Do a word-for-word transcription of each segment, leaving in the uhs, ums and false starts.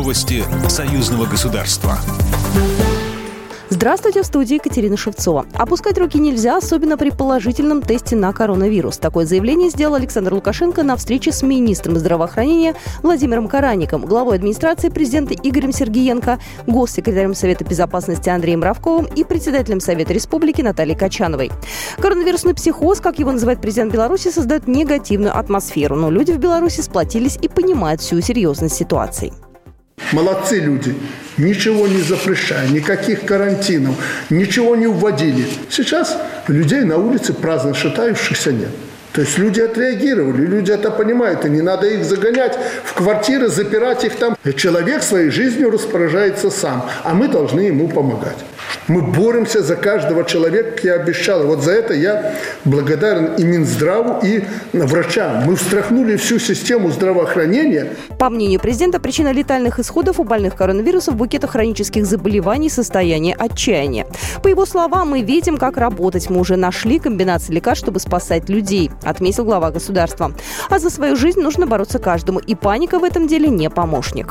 Новости союзного государства. Здравствуйте, в студии Екатерина Шевцова. Опускать руки нельзя, особенно при положительном тесте на коронавирус. Такое заявление сделал Александр Лукашенко на встрече с министром здравоохранения Владимиром Караником, главой администрации президента Игорем Сергиенко, госсекретарем Совета безопасности Андреем Равковым и председателем Совета Республики Натальей Качановой. Коронавирусный психоз, как его называет президент Беларуси, создает негативную атмосферу. Но люди в Беларуси сплотились и понимают всю серьезность ситуации. Молодцы люди. Ничего не запрещая, никаких карантинов, ничего не вводили. Сейчас людей на улице праздно шатающихся нет. То есть люди отреагировали, люди это понимают, и не надо их загонять в квартиры, запирать их там. Человек своей жизнью распоряжается сам, а мы должны ему помогать. Мы боремся за каждого человека, как я обещал. И вот за это я благодарен и Минздраву, и врачам. Мы встряхнули всю систему здравоохранения. По мнению президента, причина летальных исходов у больных коронавирусом в букетах хронических заболеваний – состояние отчаяния. По его словам, мы видим, как работать. Мы уже нашли комбинации лекарств, чтобы спасать людей, отметил глава государства. А за свою жизнь нужно бороться каждому. И паника в этом деле не помощник.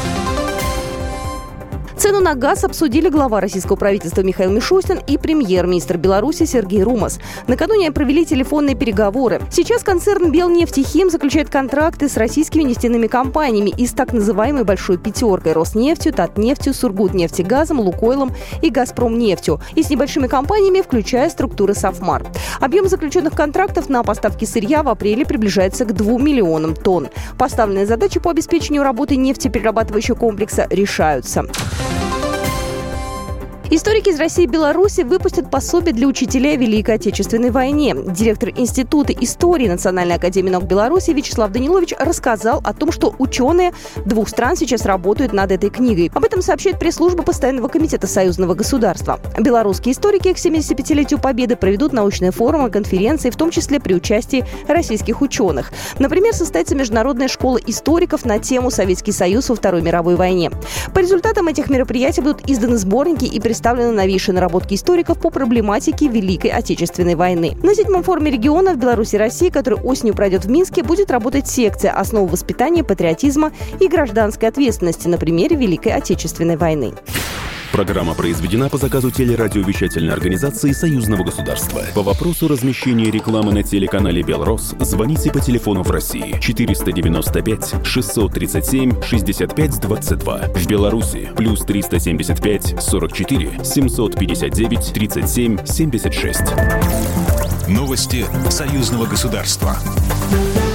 Цену на газ обсудили глава российского правительства Михаил Мишустин и премьер-министр Беларуси Сергей Румас. Накануне провели телефонные переговоры. Сейчас концерн «Белнефтехим» заключает контракты с российскими нефтяными компаниями из так называемой «большой пятеркой» – Роснефтью, Татнефтью, Сургутнефтегазом, Лукойлом и Газпромнефтью. И с небольшими компаниями, включая структуры Сафмар. Объем заключенных контрактов на поставки сырья в апреле приближается к двум миллионам тонн. Поставленные задачи по обеспечению работы нефтеперерабатывающего комплекса решаются. Историки из России и Беларуси выпустят пособие для учителей о Великой Отечественной войне. Директор Института истории Национальной академии наук Беларуси Вячеслав Данилович рассказал о том, что ученые двух стран сейчас работают над этой книгой. Об этом сообщает пресс-служба Постоянного комитета союзного государства. Белорусские историки к семидесятипятилетию Победы проведут научные форумы, конференции, в том числе при участии российских ученых. Например, состоится Международная школа историков на тему «Советский Союз во Второй мировой войне». По результатам этих мероприятий будут изданы сборники и представлены новейшие наработки историков по проблематике Великой Отечественной войны. На седьмом форуме регионов Беларуси и России, который осенью пройдет в Минске, будет работать секция «Основы воспитания, патриотизма и гражданской ответственности» на примере Великой Отечественной войны. Программа произведена по заказу телерадиовещательной организации Союзного государства. По вопросу размещения рекламы на телеканале «Белрос» звоните по телефону в России четыреста девяносто пять шестьсот тридцать семь шестьдесят пять двадцать два. В Беларуси плюс триста семьдесят пять сорок четыре семьсот пятьдесят девять тридцать семь семьдесят шесть. Новости союзного государства.